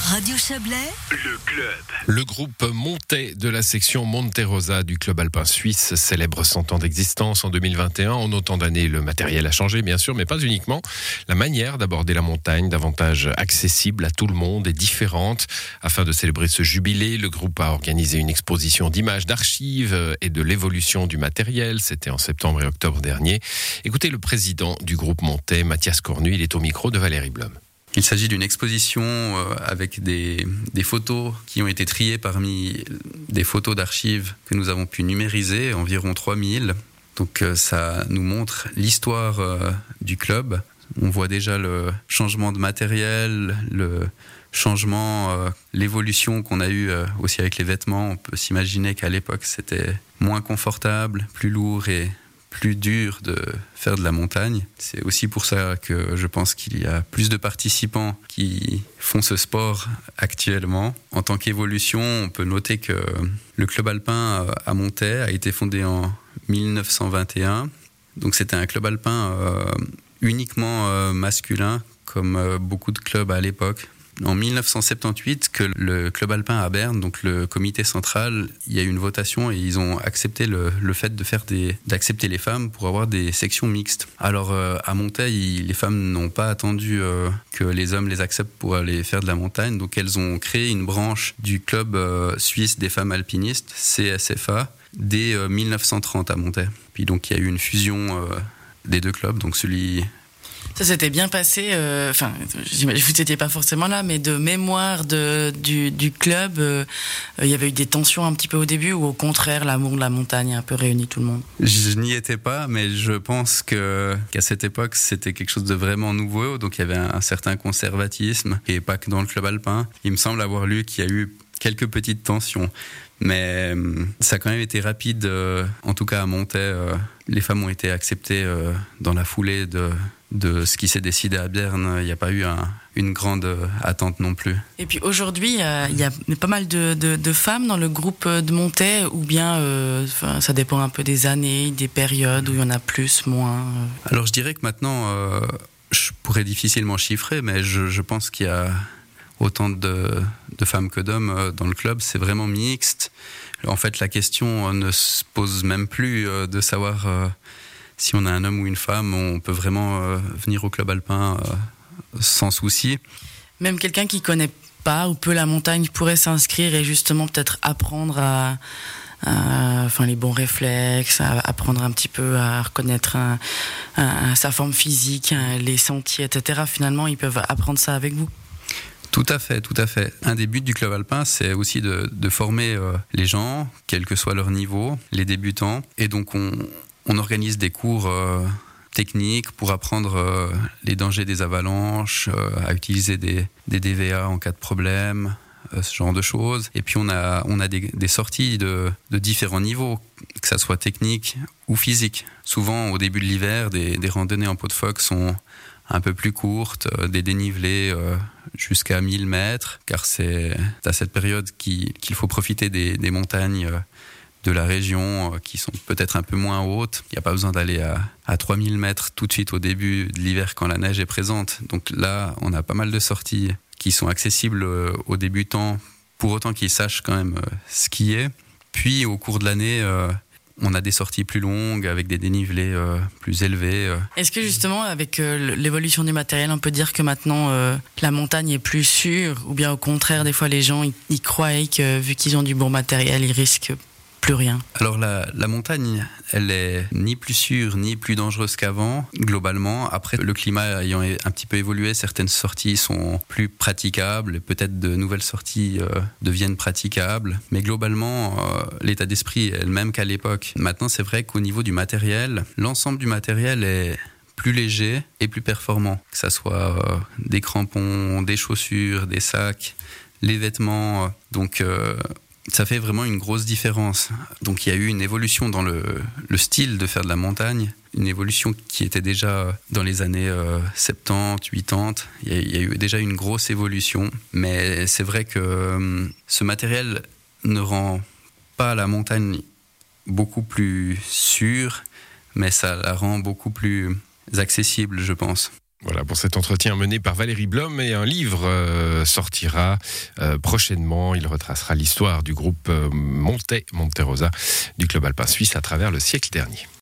Radio Chablais, le club. Le groupe Montet de la section Monte Rosa du club alpin suisse célèbre 100 ans d'existence en 2021. En autant d'années, le matériel a changé, bien sûr, mais pas uniquement. La manière d'aborder la montagne, davantage accessible à tout le monde, est différente. Afin de célébrer ce jubilé, le groupe a organisé une exposition d'images, d'archives et de l'évolution du matériel. C'était en septembre et octobre dernier. Écoutez le président du groupe Montet, Mathias Cornu, il est au micro de Valérie Blum. Il s'agit d'une exposition avec des photos qui ont été triées parmi des photos d'archives que nous avons pu numériser, environ 3000. Donc ça nous montre l'histoire du club. On voit déjà le changement de matériel, le changement, l'évolution qu'on a eue aussi avec les vêtements. On peut s'imaginer qu'à l'époque c'était moins confortable, plus lourd et plus dur de faire de la montagne. C'est aussi pour ça que je pense qu'il y a plus de participants qui font ce sport actuellement. En tant qu'évolution, on peut noter que le club alpin à Montet a été fondé en 1921. Donc c'était un club alpin uniquement masculin, comme beaucoup de clubs à l'époque. En 1978, que le club alpin à Berne, donc le comité central, il y a eu une votation et ils ont accepté le fait d'accepter les femmes pour avoir des sections mixtes. Alors à Montet, les femmes n'ont pas attendu que les hommes les acceptent pour aller faire de la montagne, donc elles ont créé une branche du club suisse des femmes alpinistes, CSFA, dès 1930 à Montet. Puis donc il y a eu une fusion des deux clubs, donc celui... Ça s'était bien passé, vous n'étiez pas forcément là, mais de mémoire du club, il y avait eu des tensions un petit peu au début, ou au contraire, l'amour de la montagne a un peu réuni tout le monde? Je n'y étais pas, mais je pense qu'à cette époque, c'était quelque chose de vraiment nouveau, donc il y avait un certain conservatisme, et pas que dans le club alpin. Il me semble avoir lu qu'il y a eu quelques petites tensions. Mais ça a quand même été rapide, en tout cas à Montet. Les femmes ont été acceptées dans la foulée de ce qui s'est décidé à Berne. Il n'y a pas eu une grande attente non plus. Et puis aujourd'hui, il y a pas mal de femmes dans le groupe de Montet, ou bien ça dépend un peu des années, des périodes où il y en a plus, moins Alors je dirais que maintenant, je pourrais difficilement chiffrer, mais je pense qu'il y a autant de femmes que d'hommes dans le club. C'est vraiment mixte. En fait, la question ne se pose même plus de savoir si on a un homme ou une femme. On peut vraiment venir au club alpin sans souci. Même quelqu'un qui connaît pas ou peu la montagne pourrait s'inscrire et justement peut-être apprendre les bons réflexes, à apprendre un petit peu à reconnaître sa forme physique, les sentiers, etc. Finalement, ils peuvent apprendre ça avec vous. Tout à fait. Un des buts du club alpin, c'est aussi de former les gens, quel que soit leur niveau, les débutants. Et donc, on organise des cours techniques pour apprendre les dangers des avalanches, à utiliser des DVA en cas de problème, ce genre de choses. Et puis, on a des sorties de différents niveaux, que ça soit technique ou physique. Souvent, au début de l'hiver, des randonnées en peau de phoque sont un peu plus courtes, des dénivelés jusqu'à 1000 mètres, car c'est à cette période qu'il faut profiter des montagnes de la région qui sont peut-être un peu moins hautes. Il n'y a pas besoin d'aller à 3000 mètres tout de suite au début de l'hiver quand la neige est présente. Donc là, on a pas mal de sorties qui sont accessibles aux débutants, pour autant qu'ils sachent quand même skier. Puis au cours de l'année, on a des sorties plus longues avec des dénivelés plus élevés. Est-ce que justement, avec l'évolution du matériel, on peut dire que maintenant la montagne est plus sûre, ou bien au contraire, des fois les gens ils croient que vu qu'ils ont du bon matériel, ils risquent plus rien? Alors la montagne, elle est ni plus sûre ni plus dangereuse qu'avant, globalement. Après, le climat ayant un petit peu évolué, certaines sorties sont plus praticables, et peut-être de nouvelles sorties deviennent praticables. Mais globalement, l'état d'esprit est le même qu'à l'époque. Maintenant, c'est vrai qu'au niveau du matériel, l'ensemble du matériel est plus léger et plus performant. Que ça soit des crampons, des chaussures, des sacs, les vêtements. Donc ça fait vraiment une grosse différence. Donc il y a eu une évolution dans le style de faire de la montagne, une évolution qui était déjà dans les années 70, 80. Il y a eu déjà une grosse évolution, mais c'est vrai que ce matériel ne rend pas la montagne beaucoup plus sûre, mais ça la rend beaucoup plus accessible, je pense. Voilà pour cet entretien mené par Valérie Blom, et un livre sortira prochainement. Il retracera l'histoire du groupe Monte Rosa du club alpin suisse à travers le siècle dernier.